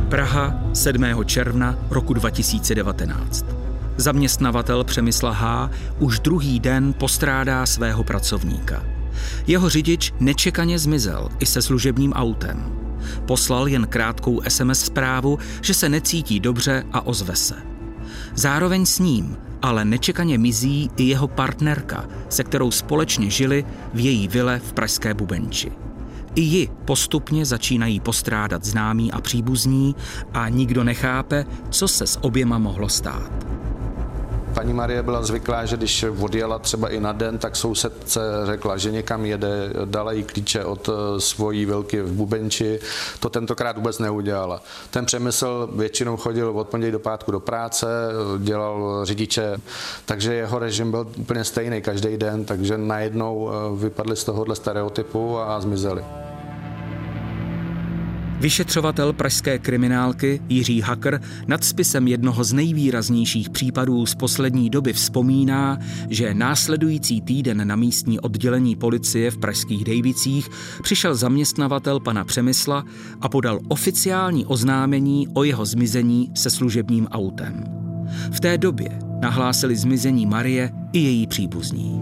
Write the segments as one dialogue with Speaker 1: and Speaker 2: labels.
Speaker 1: Praha 7. června roku 2019. Zaměstnavatel Přemysla H. už druhý den postrádá svého pracovníka. Jeho řidič nečekaně zmizel i se služebním autem. Poslal jen krátkou SMS zprávu, že se necítí dobře a ozve se. Zároveň s ním ale nečekaně mizí i jeho partnerka, se kterou společně žili v její vile v pražské Bubenči. I ji postupně začínají postrádat známí a příbuzní a nikdo nechápe, co se s oběma mohlo stát.
Speaker 2: Paní Marie byla zvyklá, že když odjela třeba i na den, tak sousedce řekla, že někam jede, dala jí klíče od svojí vilky v Bubenči. To tentokrát vůbec neudělala. Ten Přemysl většinou chodil od pondělí do pátku do práce, dělal řidiče, takže jeho režim byl úplně stejný každý den, takže najednou vypadli z tohohle stereotypu a zmizeli.
Speaker 1: Vyšetřovatel pražské kriminálky Jiří Hakr nad spisem jednoho z nejvýraznějších případů z poslední doby vzpomíná, že následující týden na místní oddělení policie v pražských Dejvicích přišel zaměstnavatel pana Přemysla a podal oficiální oznámení o jeho zmizení se služebním autem. V té době nahlásili zmizení Marie i její příbuzní.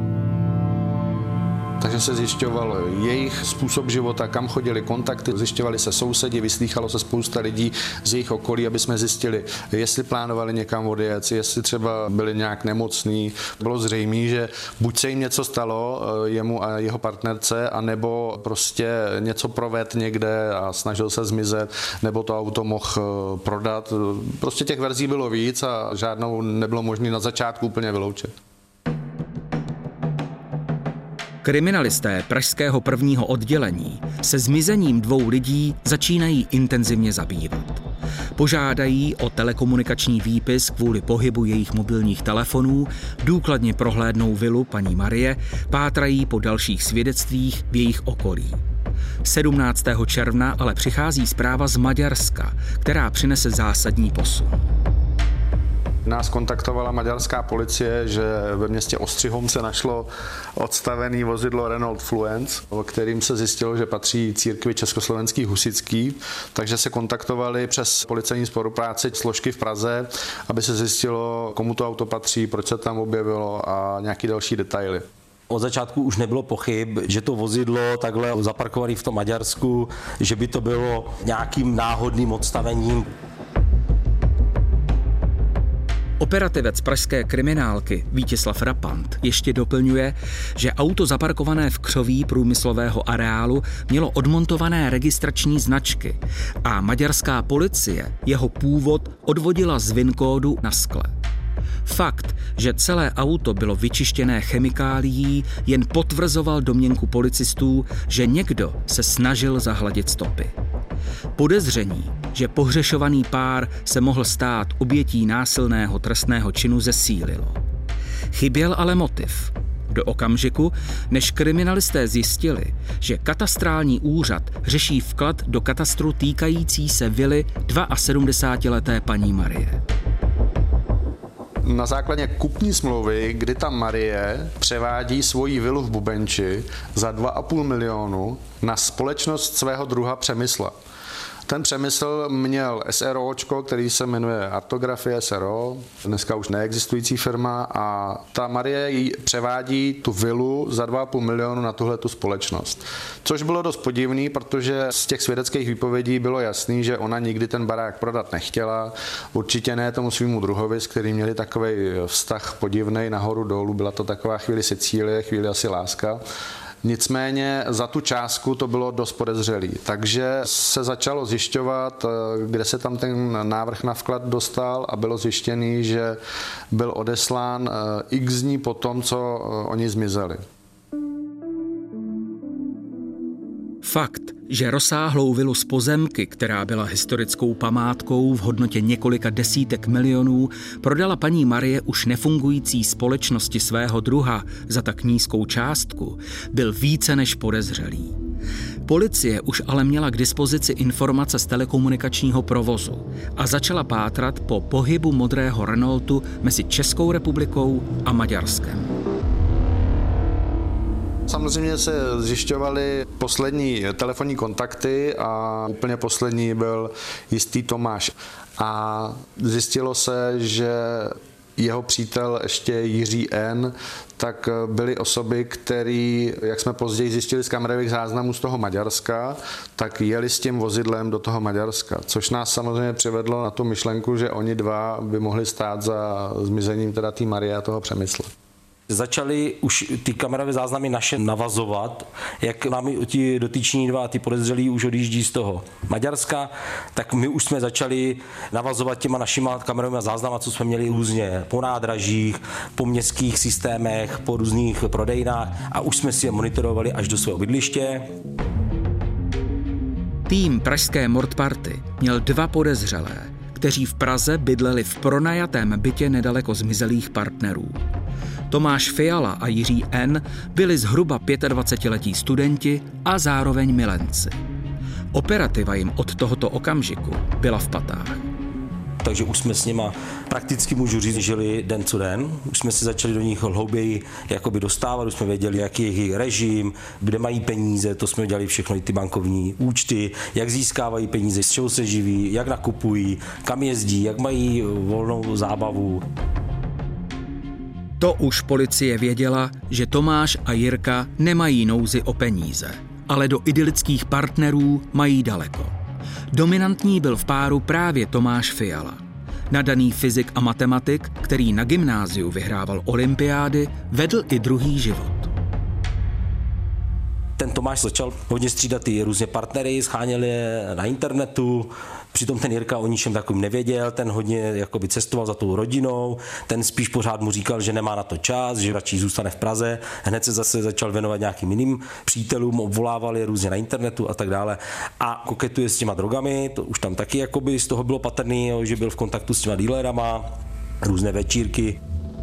Speaker 2: Takže se zjišťoval jejich způsob života, kam chodili kontakty, zjišťovali se sousedi, vyslýchalo se spousta lidí z jejich okolí, aby jsme zjistili, jestli plánovali někam odjet, jestli třeba byli nějak nemocní. Bylo zřejmé, že buď se jim něco stalo, jemu a jeho partnerce, anebo prostě něco proved někde a snažil se zmizet, nebo to auto mohl prodat. Prostě těch verzí bylo víc a žádnou nebylo možné na začátku úplně vyloučit.
Speaker 1: Kriminalisté pražského prvního oddělení se zmizením dvou lidí začínají intenzivně zabývat. Požádají o telekomunikační výpis kvůli pohybu jejich mobilních telefonů, důkladně prohlédnou vilu paní Marie, pátrají po dalších svědectvích v jejich okolí. 17. června ale přichází zpráva z Maďarska, která přinese zásadní posun.
Speaker 2: Nás kontaktovala maďarská policie, že ve městě Ostřihom se našlo odstavené vozidlo Renault Fluence, o kterým se zjistilo, že patří církvi československých husitský, takže se kontaktovali přes policejní spolupráci složky v Praze, aby se zjistilo, komu to auto patří, proč se tam objevilo a nějaký další detaily.
Speaker 3: Od začátku už nebylo pochyb, že to vozidlo takhle zaparkované v tom Maďarsku, že by to bylo nějakým náhodným odstavením.
Speaker 1: Operativec pražské kriminálky Vítězslav Rapant ještě doplňuje, že auto zaparkované v křoví průmyslového areálu mělo odmontované registrační značky a maďarská policie jeho původ odvodila z VIN kódu na skle. Fakt, že celé auto bylo vyčištěné chemikálií, jen potvrzoval domněnku policistů, že někdo se snažil zahladit stopy. Podezření, že pohřešovaný pár se mohl stát obětí násilného trestného činu, zesílilo. Chyběl ale motiv. Do okamžiku, než kriminalisté zjistili, že katastrální úřad řeší vklad do katastru týkající se vily 72leté paní Marie.
Speaker 2: Na základě kupní smlouvy, kdy ta Marie převádí svoji vilu v Bubenči za 2,5 milionu na společnost svého druha Přemysla. Ten Přemysl měl SROčko, který se jmenuje Artografie SRO, dneska už neexistující firma, a ta Marie jí převádí tu vilu za 2,5 milionu na tuhletu společnost. Což bylo dost podivný, protože z těch svědeckých výpovědí bylo jasný, že ona nikdy ten barák prodat nechtěla, určitě ne tomu svýmu druhovi, s kterým měli takovej vztah podivnej nahoru dolů, byla to taková chvíli Sicílie, chvíli asi láska. Nicméně za tu částku to bylo dost podezřelý, takže se začalo zjišťovat, kde se tam ten návrh na vklad dostal a bylo zjištěný, že byl odeslán x dní po tom, co oni zmizeli.
Speaker 1: Fakt, že rozsáhlou vilu z pozemky, která byla historickou památkou v hodnotě několika desítek milionů, prodala paní Marie už nefungující společnosti svého druha za tak nízkou částku, byl více než podezřelý. Policie už ale měla k dispozici informace z telekomunikačního provozu a začala pátrat po pohybu modrého Renaultu mezi Českou republikou a Maďarskem.
Speaker 2: Samozřejmě se zjišťovaly poslední telefonní kontakty a úplně poslední byl jistý Tomáš. A zjistilo se, že jeho přítel ještě Jiří N., tak byly osoby, který, jak jsme později zjistili z kamerových záznamů z toho Maďarska, tak jeli s tím vozidlem do toho Maďarska, což nás samozřejmě přivedlo na tu myšlenku, že oni dva by mohli stát za zmizením teda té Marie a toho Přemysla.
Speaker 3: Začaly už ty kamerové záznamy naše navazovat, jak nám ti dotyční dva, ty podezřelí už odjíždí z toho Maďarska, tak my už jsme začali navazovat těma našima kamerovými záznamy, co jsme měli různě po nádražích, po městských systémech, po různých prodejnách a už jsme si je monitorovali až do svého bydliště.
Speaker 1: Tým pražské Mordparty měl 2 podezřelé, kteří v Praze bydleli v pronajatém bytě nedaleko zmizelých partnerů. Tomáš Fiala a Jiří N. byli zhruba 25letí studenti a zároveň milenci. Operativa jim od tohoto okamžiku byla v patách.
Speaker 3: Takže už jsme s nima prakticky, můžu říct, žili den co den. Už jsme se začali do nich hlouběji jakoby dostávat, už jsme věděli, jaký je jejich režim, kde mají peníze, to jsme dělali všechno, i ty bankovní účty, jak získávají peníze, z čeho se živí, jak nakupují, kam jezdí, jak mají volnou zábavu.
Speaker 1: To už policie věděla, že Tomáš a Jirka nemají nouzi o peníze, ale do idylických partnerů mají daleko. Dominantní byl v páru právě Tomáš Fiala. Nadaný fyzik a matematik, který na gymnáziu vyhrával olympiády, vedl i druhý život.
Speaker 3: Ten Tomáš začal hodně střídat ty různé partnery, scháněl je na internetu, přitom ten Jirka o ničem takovým nevěděl, ten hodně jakoby cestoval za tou rodinou, ten spíš pořád mu říkal, že nemá na to čas, že radši zůstane v Praze, hned se zase začal věnovat nějakým jiným přítelům, obvolával je různě na internetu a tak dále a koketuje s těma drogami, to už tam taky jakoby z toho bylo patrný, že byl v kontaktu s těma dealerama, různé večírky.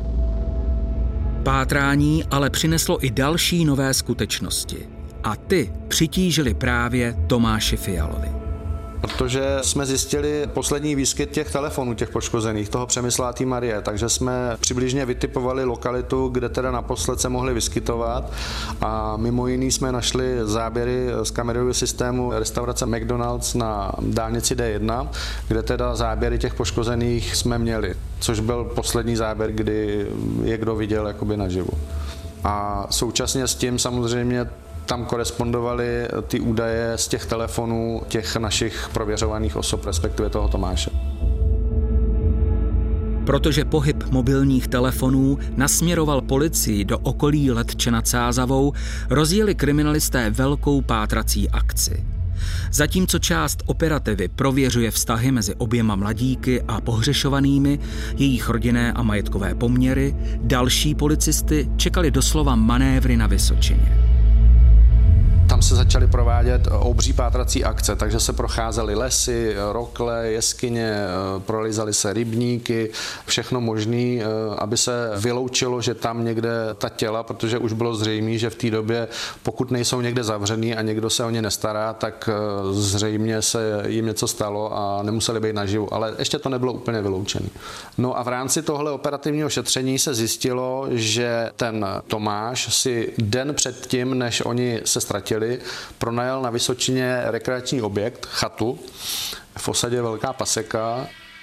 Speaker 1: Pátrání ale přineslo i další nové skutečnosti a ty přitížily právě Tomáši Fialovi.
Speaker 2: Protože jsme zjistili poslední výskyt těch telefonů, těch poškozených, toho Přemysla a té Marie, takže jsme přibližně vytipovali lokalitu, kde teda naposled se mohli vyskytovat a mimo jiný jsme našli záběry z kamerového systému restaurace McDonald's na dálnici D1, kde teda záběry těch poškozených jsme měli, což byl poslední záběr, kdy je kdo viděl jakoby naživu. A současně s tím samozřejmě tam korespondovaly ty údaje z těch telefonů těch našich prověřovaných osob, respektive toho Tomáše.
Speaker 1: Protože pohyb mobilních telefonů nasměroval policii do okolí Letče nad Sázavou, rozjeli kriminalisté velkou pátrací akci. Zatímco část operativy prověřuje vztahy mezi oběma mladíky a pohřešovanými, jejich rodinné a majetkové poměry, další policisty čekali doslova manévry na Vysočině.
Speaker 2: Tam se začaly provádět obří pátrací akce, takže se procházely lesy, rokle, jeskyně, prolízaly se rybníky, všechno možné, aby se vyloučilo, že tam někde ta těla, protože už bylo zřejmé, že v té době, pokud nejsou někde zavřený a někdo se o ně nestará, tak zřejmě se jim něco stalo a nemuseli být naživu, ale ještě to nebylo úplně vyloučené. No a v rámci tohle operativního šetření se zjistilo, že ten Tomáš si den před tím, než oni se ztratili, pronajal na Vysočině rekreační objekt, chatu, v osadě Velká Paseka.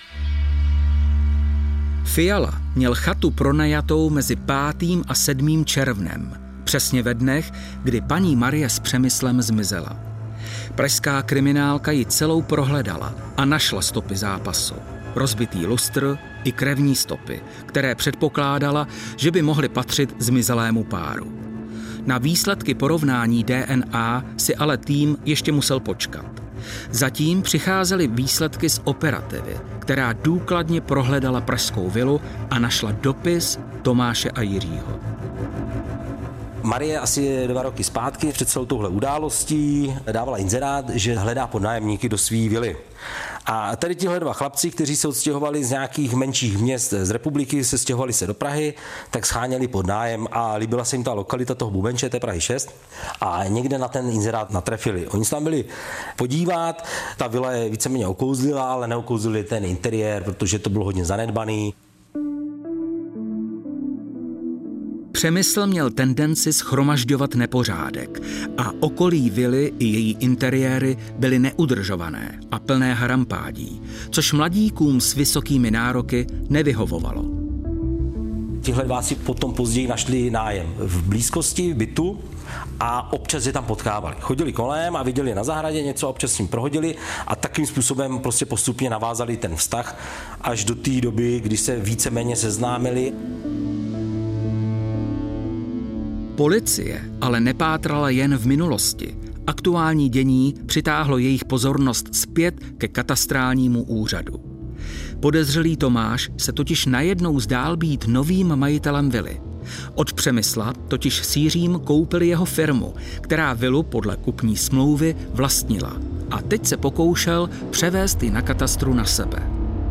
Speaker 1: Fiala měl chatu pronajatou mezi 5. a 7. červnem, přesně ve dnech, kdy paní Marie s Přemyslem zmizela. Pražská kriminálka ji celou prohledala a našla stopy zápasu. Rozbitý lustr i krevní stopy, které předpokládala, že by mohly patřit zmizelému páru. Na výsledky porovnání DNA si ale tým ještě musel počkat. Zatím přicházely výsledky z operativy, která důkladně prohledala pražskou vilu a našla dopis Tomáše a Jiřího.
Speaker 3: Marie asi 2 roky zpátky před celou touhle událostí dávala inzerát, že hledá podnájemníky do své vily. A tady tihle 2 chlapci, kteří se odstěhovali z nějakých menších měst z republiky, se stěhovali se do Prahy, tak scháněli podnájem a líbila se jim ta lokalita toho Bubenče, té Prahy 6 a někde na ten inzerát natrefili. Oni se tam byli podívat, ta vila je víceméně okouzlila, ale neokouzlili ten interiér, protože to bylo hodně zanedbaný.
Speaker 1: Přemysl měl tendenci shromažďovat nepořádek a okolí vily i její interiéry byly neudržované a plné harampádí, což mladíkům s vysokými nároky nevyhovovalo.
Speaker 3: Tihle dva si potom později našli nájem v blízkosti bytu a občas je tam potkávali. Chodili kolem a viděli na zahradě něco, občas s ním prohodili a takým způsobem prostě postupně navázali ten vztah až do té doby, kdy se víceméně seznámili.
Speaker 1: Policie ale nepátrala jen v minulosti. Aktuální dění přitáhlo jejich pozornost zpět ke katastrálnímu úřadu. Podezřelý Tomáš se totiž najednou zdál být novým majitelem vily. Od Přemysla totiž s Jiřím koupili jeho firmu, která vilu podle kupní smlouvy vlastnila. A teď se pokoušel převést ji na katastru na sebe.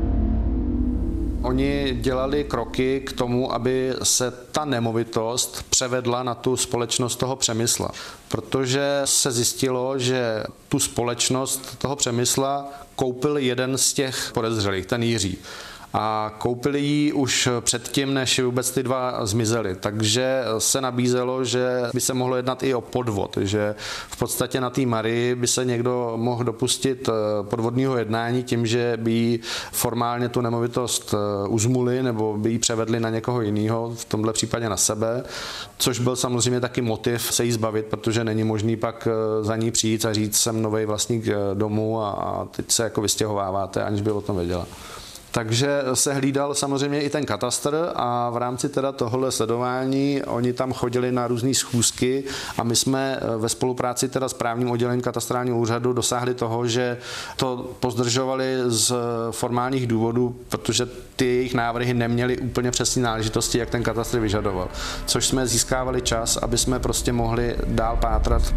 Speaker 2: Oni dělali kroky k tomu, aby se ta nemovitost převedla na tu společnost toho Přemysla. Protože se zjistilo, že tu společnost toho Přemysla koupil jeden z těch podezřelých, ten Jiří. A koupili ji už předtím, než vůbec ty dva zmizeli. Takže se nabízelo, že by se mohlo jednat i o podvod, že v podstatě na té Marii by se někdo mohl dopustit podvodného jednání tím, že by jí formálně tu nemovitost uzmuli nebo by ji převedli na někoho jiného, v tomhle případě na sebe, což byl samozřejmě taky motiv se jí zbavit, protože není možný pak za ní přijít a říct, jsem nový vlastník domu a teď se jako vystěhováváte, aniž by o tom věděla. Takže se hlídal samozřejmě i ten katastr a v rámci teda tohohle sledování oni tam chodili na různé schůzky a my jsme ve spolupráci teda s právním oddělením katastrálního úřadu dosáhli toho, že to pozdržovali z formálních důvodů, protože ty jejich návrhy neměly úplně přesné náležitosti, jak ten katastr vyžadoval. Což jsme získávali čas, aby jsme prostě mohli dál pátrat.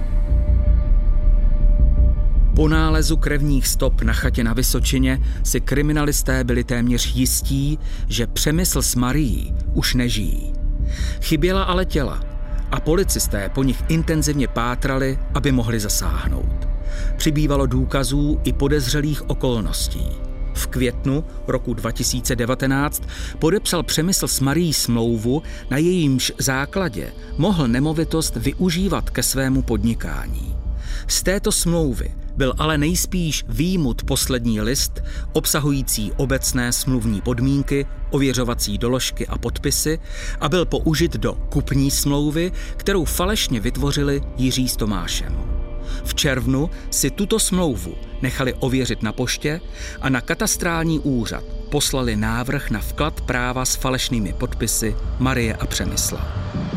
Speaker 1: Po nálezu krevních stop na chatě na Vysočině si kriminalisté byli téměř jistí, že Přemysl s Marií už nežijí. Chyběla ale těla a policisté po nich intenzivně pátrali, aby mohli zasáhnout. Přibývalo důkazů i podezřelých okolností. V květnu roku 2019 podepsal Přemysl s Marií smlouvu, na jejímž základě mohl nemovitost využívat ke svému podnikání. Z této smlouvy byl ale nejspíš výjimut poslední list, obsahující obecné smluvní podmínky, ověřovací doložky a podpisy a byl použit do kupní smlouvy, kterou falešně vytvořili Jiří s Tomášem. V červnu si tuto smlouvu nechali ověřit na poště a na katastrální úřad poslali návrh na vklad práva s falešnými podpisy Marie a Přemysla.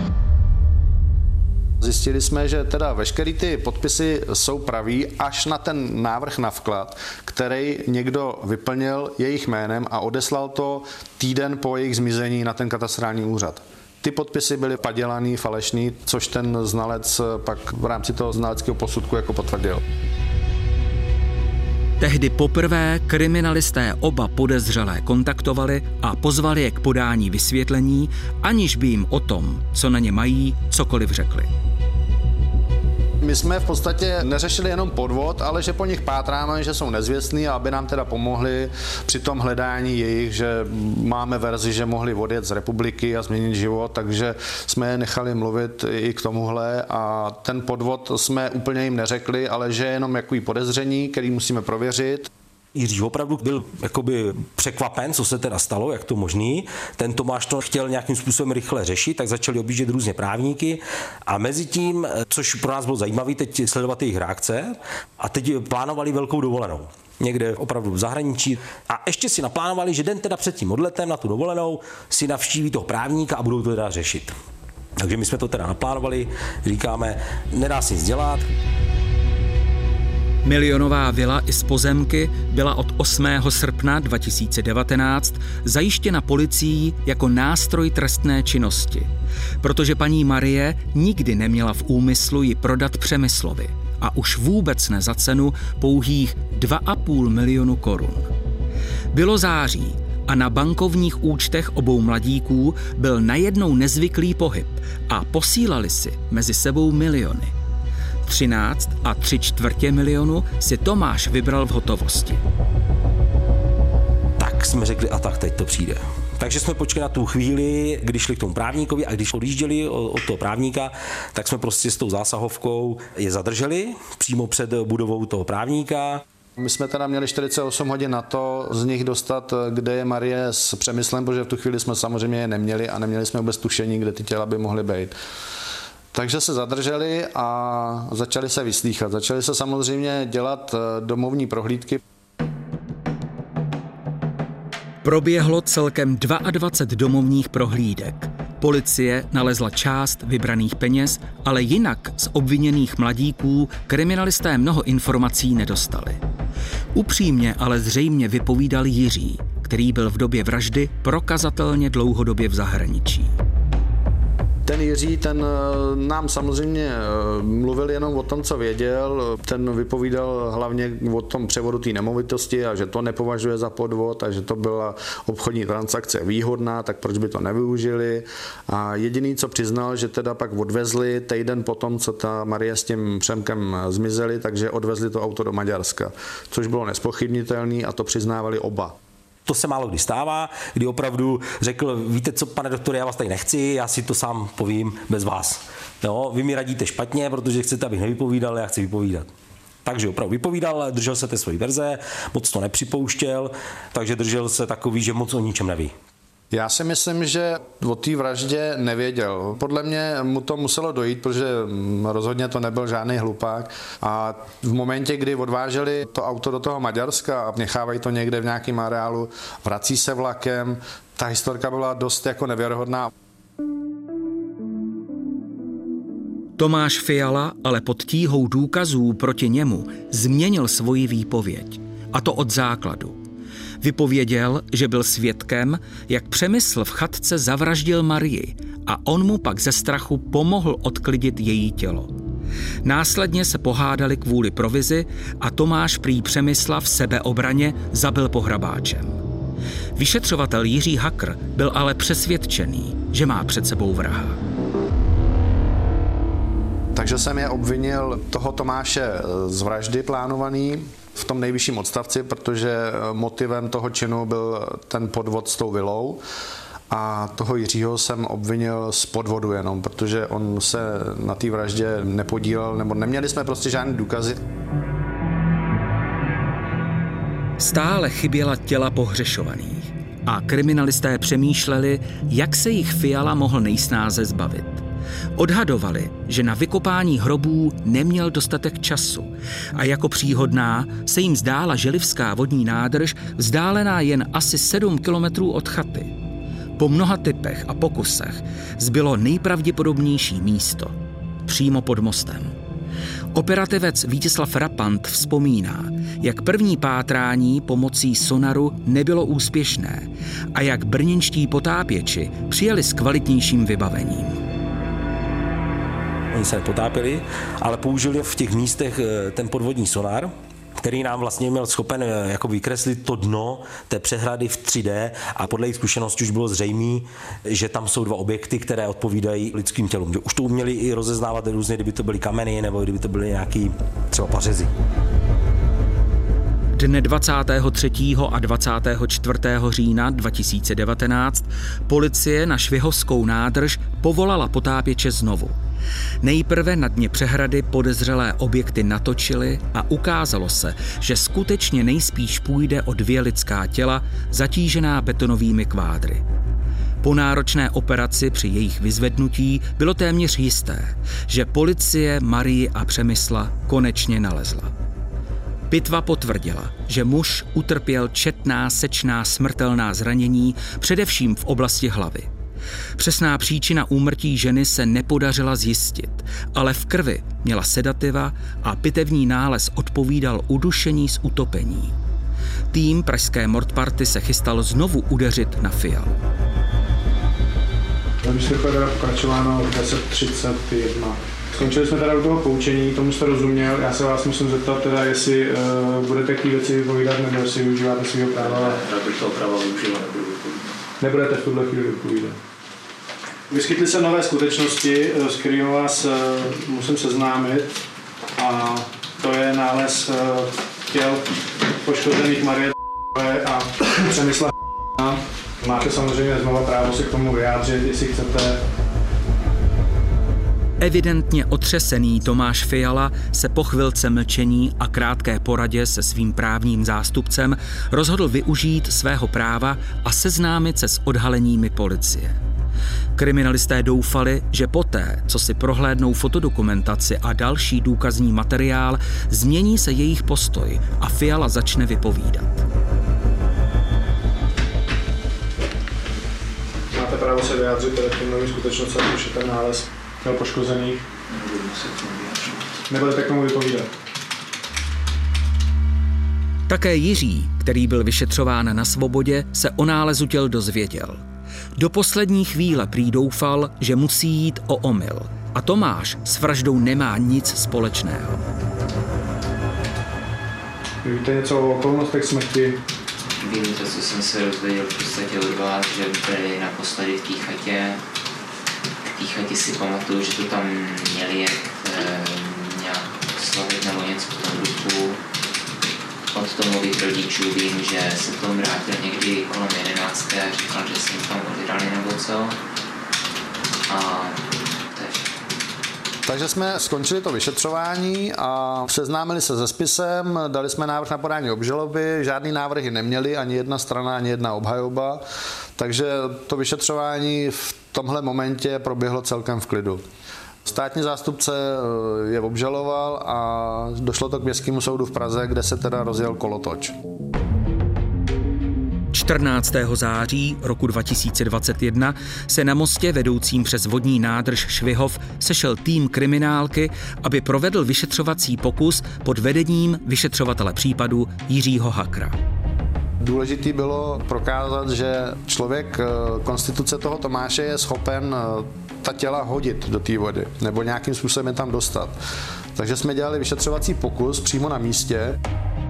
Speaker 2: Zjistili jsme, že teda veškeré ty podpisy jsou pravý až na ten návrh na vklad, který někdo vyplnil jejich jménem a odeslal to týden po jejich zmizení na ten katastrální úřad. Ty podpisy byly padělaný, falešný, což ten znalec pak v rámci toho znaleckého posudku jako potvrdil.
Speaker 1: Tehdy poprvé kriminalisté oba podezřelé kontaktovali a pozvali je k podání vysvětlení, aniž by jim o tom, co na ně mají, cokoliv řekli.
Speaker 2: My jsme v podstatě neřešili jenom podvod, ale že po nich pátráme, že jsou nezvěstní a aby nám teda pomohli při tom hledání jejich, že máme verzi, že mohli odjet z republiky a změnit život, takže jsme je nechali mluvit i k tomuhle a ten podvod jsme úplně jim neřekli, ale že je jenom jaký podezření, který musíme prověřit.
Speaker 3: Jiří opravdu byl jakoby překvapen, co se teda stalo, jak to možný. Ten Tomáš to chtěl nějakým způsobem rychle řešit, tak začali objíždět různě právníky a mezi tím, což pro nás bylo zajímavé, teď sledovat jejich reakce a teď plánovali velkou dovolenou. Někde opravdu v zahraničí a ještě si naplánovali, že den teda před tím odletem na tu dovolenou si navštíví toho právníka a budou to teda řešit. Takže my jsme to teda naplánovali, říkáme, nedá se nic dělat.
Speaker 1: Milionová vila i z pozemky byla od 8. srpna 2019 zajištěna policií jako nástroj trestné činnosti, protože paní Marie nikdy neměla v úmyslu ji prodat Přemyslovi a už vůbec ne za cenu pouhých 2,5 milionu korun. Bylo září a na bankovních účtech obou mladíků byl najednou nezvyklý pohyb a posílali si mezi sebou miliony. 13 3/4 milionu si Tomáš vybral v hotovosti.
Speaker 3: Tak jsme řekli, a tak teď to přijde. Takže jsme počkali na tu chvíli, když šli k tomu právníkovi a když odjížděli od toho právníka, tak jsme prostě s tou zásahovkou je zadrželi přímo před budovou toho právníka.
Speaker 2: My jsme teda měli 48 hodin na to z nich dostat, kde je Marie s Přemyslem, protože v tu chvíli jsme samozřejmě je neměli a neměli jsme vůbec tušení, kde ty těla by mohly být. Takže se zadrželi a začali se vyslýchat. Začali se samozřejmě dělat domovní prohlídky.
Speaker 1: Proběhlo celkem 22 domovních prohlídek. Policie nalezla část vybraných peněz, ale jinak z obviněných mladíků kriminalisté mnoho informací nedostali. Upřímně ale zřejmě vypovídal Jiří, který byl v době vraždy prokazatelně dlouhodobě v zahraničí.
Speaker 2: Ten Jiří, ten nám samozřejmě mluvil jenom o tom, co věděl. Ten vypovídal hlavně o tom převodu té nemovitosti a že to nepovažuje za podvod a že to byla obchodní transakce výhodná, tak proč by to nevyužili. A jediný, co přiznal, že teda pak odvezli týden potom, co ta Marie s tím Přemkem zmizeli, takže odvezli to auto do Maďarska, což bylo nezpochybnitelné a to přiznávali oba.
Speaker 3: To se málo kdy stává, kdy opravdu řekl, víte co, pane doktore, já vás tady nechci, já si to sám povím bez vás. Jo, vy mi radíte špatně, protože chcete, abych nevypovídal, já chci vypovídat. Takže opravdu vypovídal, držel se té své verze, moc to nepřipouštěl, takže držel se takový, že moc o ničem neví.
Speaker 2: Já si myslím, že o té vraždě nevěděl. Podle mě mu to muselo dojít, protože rozhodně to nebyl žádný hlupák. A v momentě, kdy odváželi to auto do toho Maďarska a nechávají to někde v nějakém areálu, vrací se vlakem, ta historka byla dost jako nevěrohodná.
Speaker 1: Tomáš Fiala ale pod tíhou důkazů proti němu změnil svoji výpověď. A to od základu. Vypověděl, že byl svědkem, jak Přemysl v chatce zavraždil Marii a on mu pak ze strachu pomohl odklidit její tělo. Následně se pohádali kvůli provizi a Tomáš prý Přemysla v sebeobraně zabil pohrabáčem. Vyšetřovatel Jiří Hakr byl ale přesvědčený, že má před sebou vraha.
Speaker 2: Takže jsem je obvinil toho Tomáše z vraždy plánovaný v tom nejvyšším odstavci, protože motivem toho činu byl ten podvod s tou vilou a toho Jiřího jsem obvinil z podvodu jenom, protože on se na té vraždě nepodílel, nebo neměli jsme prostě žádný důkazy.
Speaker 1: Stále chyběla těla pohřešovaných a kriminalisté přemýšleli, jak se jich Fiala mohl nejsnáze zbavit. Odhadovali, že na vykopání hrobů neměl dostatek času a jako příhodná se jim zdála želivská vodní nádrž vzdálená jen asi 7 kilometrů od chaty. Po mnoha typech a pokusech zbylo nejpravděpodobnější místo přímo pod mostem. Operativec Vítězslav Rapant vzpomíná, jak první pátrání pomocí sonaru nebylo úspěšné a jak brněnští potápěči přijeli s kvalitnějším vybavením.
Speaker 3: Oni se nepotápěli, ale použili v těch místech ten podvodní sonar, který nám vlastně měl schopen jako vykreslit to dno té přehrady v 3D a podle jejich zkušeností už bylo zřejmé, že tam jsou dva objekty, které odpovídají lidským tělům. Že už to uměli i rozeznávat různě, kdyby to byly kameny nebo kdyby to byly nějaký třeba pařezy.
Speaker 1: Dne 23. a 24. října 2019 policie na Švihovskou nádrž povolala potápěče znovu. Nejprve na dně přehrady podezřelé objekty natočili a ukázalo se, že skutečně nejspíš půjde o 2 lidská těla zatížená betonovými kvádry. Po náročné operaci při jejich vyzvednutí bylo téměř jisté, že policie Marii a Přemysla konečně nalezla. Pitva potvrdila, že muž utrpěl četná sečná smrtelná zranění, především v oblasti hlavy. Přesná příčina úmrtí ženy se nepodařila zjistit, ale v krvi měla sedativa a pitevní nález odpovídal udušení z utopení. Tým pražské mordparty se chystal znovu udeřit na Fialu.
Speaker 4: Vyšli teda pokračováno 10:31. Skončili jsme teda do toho poučení, tomu jste rozuměl. Já se vás musím zeptat teda, jestli budete k té věci vypovídat, nebo jestli využíváte svého práva.
Speaker 5: Já bych toho práva využívat.
Speaker 4: Nebudete v tuhle chvíli vypovídat. Vyskytly se nové skutečnosti, s kterými vás musím seznámit, a to je nález těl poškozených Marie a Přemysla Máte samozřejmě znova právo se k tomu vyjádřit, jestli chcete.
Speaker 1: Evidentně otřesený Tomáš Fiala se po chvilce mlčení a krátké poradě se svým právním zástupcem rozhodl využít svého práva a seznámit se s odhaleními policie. Kriminalisté doufali, že poté, co si prohlédnou fotodokumentaci a další důkazní materiál, změní se jejich postoj a Fiala začne vypovídat.
Speaker 4: Máte právo se vyjádřit teda k těm novým skutečnostem, už je ten nález těl poškozených. Nebudete k tomu vypovídat.
Speaker 1: Také Jiří, který byl vyšetřován na svobodě, se o nálezu těl dozvěděl. Do poslední chvíle prý doufal, že musí jít o omyl. A Tomáš s vraždou nemá nic společného.
Speaker 4: Víte něco o okolnostech smrti?
Speaker 5: Vím to, co jsem se dozvěděl v podstatě od vás, že byli naposledy v té chatě. V té chatě si pamatuju, že to tam měli nějak slavit nebo něco v tom duchu. Od Tomových rodičů vím, že se Tom vrátil někdy kolem 11. a říkal, že se jim tam odjedali nebo co. A
Speaker 2: takže jsme skončili to vyšetřování a seznámili se se spisem, dali jsme návrh na podání obžaloby, žádný návrhy neměli, ani jedna strana, ani jedna obhajoba, takže to vyšetřování v tomhle momentě proběhlo celkem v klidu. Státní zástupce je obžaloval a došlo to k Městskému soudu v Praze, kde se teda rozjel kolotoč.
Speaker 1: 14. září roku 2021 se na mostě vedoucím přes vodní nádrž Švihov sešel tým kriminálky, aby provedl vyšetřovací pokus pod vedením vyšetřovatele případu Jiřího Hakra.
Speaker 2: Důležitý bylo prokázat, že člověk konstituce toho Tomáše je schopen ta těla hodit do té vody nebo nějakým způsobem je tam dostat. Takže jsme dělali vyšetřovací pokus přímo na místě.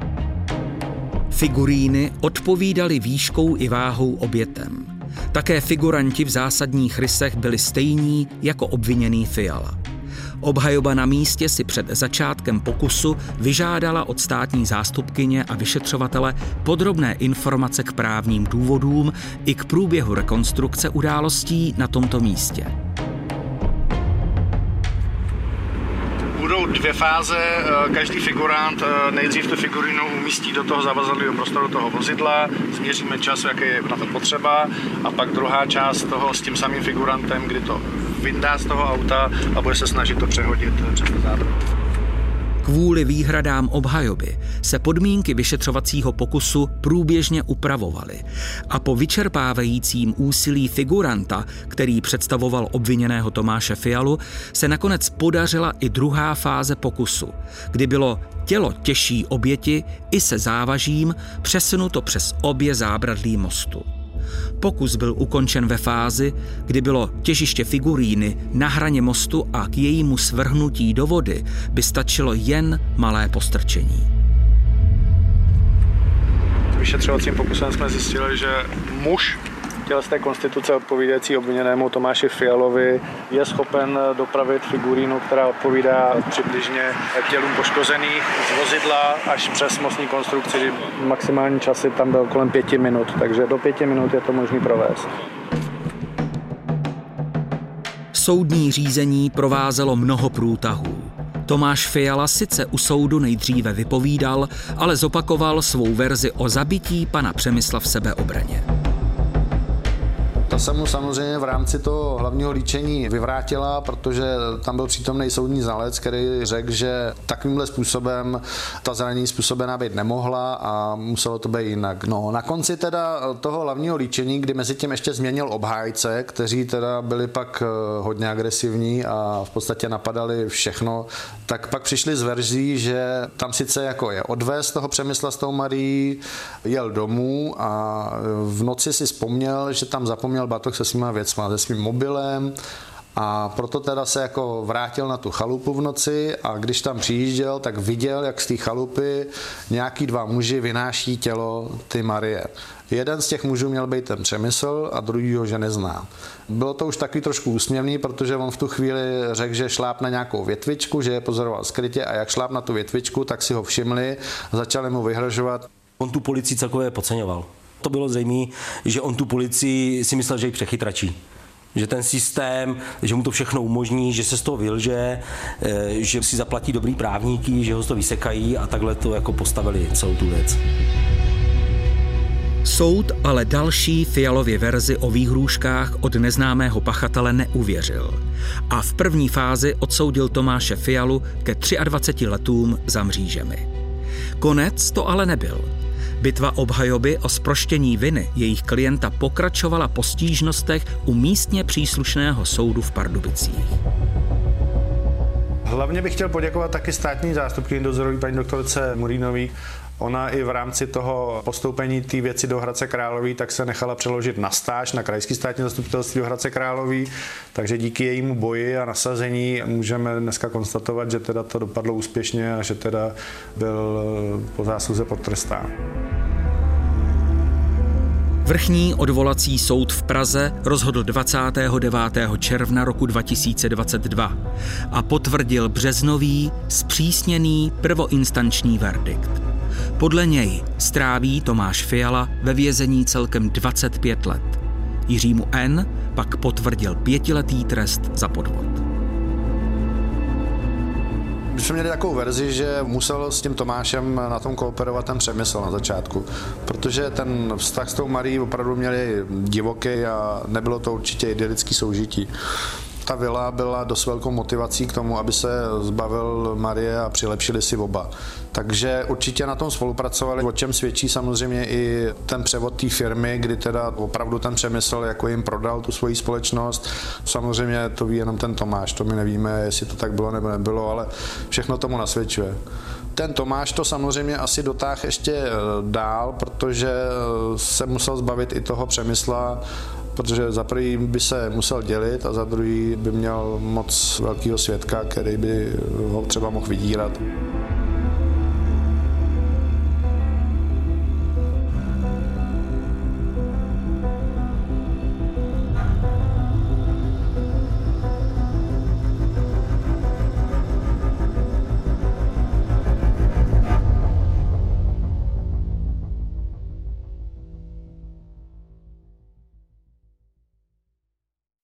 Speaker 1: Figuríny odpovídaly výškou i váhou obětem. Také figuranti v zásadních rysech byli stejní jako obviněný Fiala. Obhajoba na místě si před začátkem pokusu vyžádala od státní zástupkyně a vyšetřovatele podrobné informace k právním důvodům i k průběhu rekonstrukce událostí na tomto místě.
Speaker 4: Budou dvě fáze, každý figurant nejdřív tu figurínu umístí do toho zavazadlého prostoru toho vozidla, změříme čas, jaký je na to potřeba a pak druhá část toho s tím samým figurantem, kdy to vyndá z toho auta a bude se snažit to přehodit přes to zádrhel.
Speaker 1: Kvůli výhradám obhajoby se podmínky vyšetřovacího pokusu průběžně upravovaly a po vyčerpávajícím úsilí figuranta, který představoval obviněného Tomáše Fialu, se nakonec podařila i druhá fáze pokusu, kdy bylo tělo těžší oběti i se závažím přesunuto přes obě zábradlí mostu. Pokus byl ukončen ve fázi, kdy bylo těžiště figuríny na hraně mostu a k jejímu svrhnutí do vody by stačilo jen malé postrčení.
Speaker 4: Vyšetřovacím pokusem jsme zjistili, že muž tělesné konstituce odpovídající obviněnému Tomáši Fialovi je schopen dopravit figurínu, která odpovídá přibližně tělům poškozených z vozidla až přes mostní konstrukci. Maximální časy tam byl kolem 5 minut, takže do 5 minut je to možné provést.
Speaker 1: Soudní řízení provázelo mnoho průtahů. Tomáš Fiala sice u soudu nejdříve vypovídal, ale zopakoval svou verzi o zabití pana Přemysla v sebeobraně.
Speaker 2: Ta se mu samozřejmě v rámci toho hlavního líčení vyvrátila, protože tam byl přítomný soudní znalec, který řekl, že takovýmhle způsobem ta zranění způsobená být nemohla a muselo to být jinak. No, na konci teda toho hlavního líčení, kdy mezi tím ještě změnil obhájce, kteří teda byli pak hodně agresivní a v podstatě napadali všechno, tak pak přišli s verzí, že tam sice jako je odvez toho Přemysla s tou Marií, jel domů a v noci si vzpomněl, že tam zapomněl batoh se svýma věcma, se svým mobilem a proto teda se jako vrátil na tu chalupu v noci a když tam přijížděl, tak viděl, jak z té chalupy nějaký dva muži vynáší tělo ty Marie. Jeden z těch mužů měl být ten Přemysl a druhýho, že nezná. Bylo to už takový trošku úsměvný, protože on v tu chvíli řekl, že šláp na nějakou větvičku, že je pozoroval skrytě a jak šláp na tu větvičku, tak si ho všimli a začali mu vyhrožovat.
Speaker 3: On tu policii celkově podceňoval. To bylo zřejmé, že on tu policii si myslel, že ji přechytračí. Že ten systém, že mu to všechno umožní, že se z toho vylže, že si zaplatí dobrý právníky, že ho z toho vysekají a takhle to jako postavili celou tu věc.
Speaker 1: Soud ale další Fialově verzi o výhrůžkách od neznámého pachatele neuvěřil a v první fázi odsoudil Tomáše Fialu ke 23 letům za mřížemi. Konec to ale nebyl. Bitva obhajoby o zproštění viny jejich klienta pokračovala po stížnostech u místně příslušného soudu v Pardubicích.
Speaker 2: Hlavně bych chtěl poděkovat taky státní zástupkyni dozorový paní doktorce Murínový. Ona i v rámci toho postoupení té věci do Hradce Králové tak se nechala přeložit na stáž na krajské státní zastupitelství do Hradce Králové, takže díky jejímu boji a nasazení můžeme dneska konstatovat, že teda to dopadlo úspěšně a že teda byl po zásluze potrestán.
Speaker 1: Vrchní odvolací soud v Praze rozhodl 29. června roku 2022 a potvrdil březnový, zpřísněný prvoinstanční verdikt. Podle něj stráví Tomáš Fiala ve vězení celkem 25 let. Jiřímu N. pak potvrdil 5letý trest za podvod.
Speaker 2: My jsme měli takovou verzi, že musel s tím Tomášem na tom kooperovat ten Přemysl na začátku, protože ten vztah s tou Marií opravdu měli divoký a nebylo to určitě idylický soužití. Ta vila byla dost velkou motivací k tomu, aby se zbavil Marie a přilepšili si oba. Takže určitě na tom spolupracovali, o čem svědčí samozřejmě i ten převod té firmy, kdy teda opravdu ten Přemysl jako jim prodal tu svoji společnost. Samozřejmě to ví jenom ten Tomáš, to my nevíme, jestli to tak bylo nebo nebylo, ale všechno tomu nasvědčuje. Ten Tomáš to samozřejmě asi dotáhl ještě dál, protože se musel zbavit i toho Přemysla, protože za prvý by se musel dělit a za druhý by měl moc velkého svědka, který by ho třeba mohl vydírat.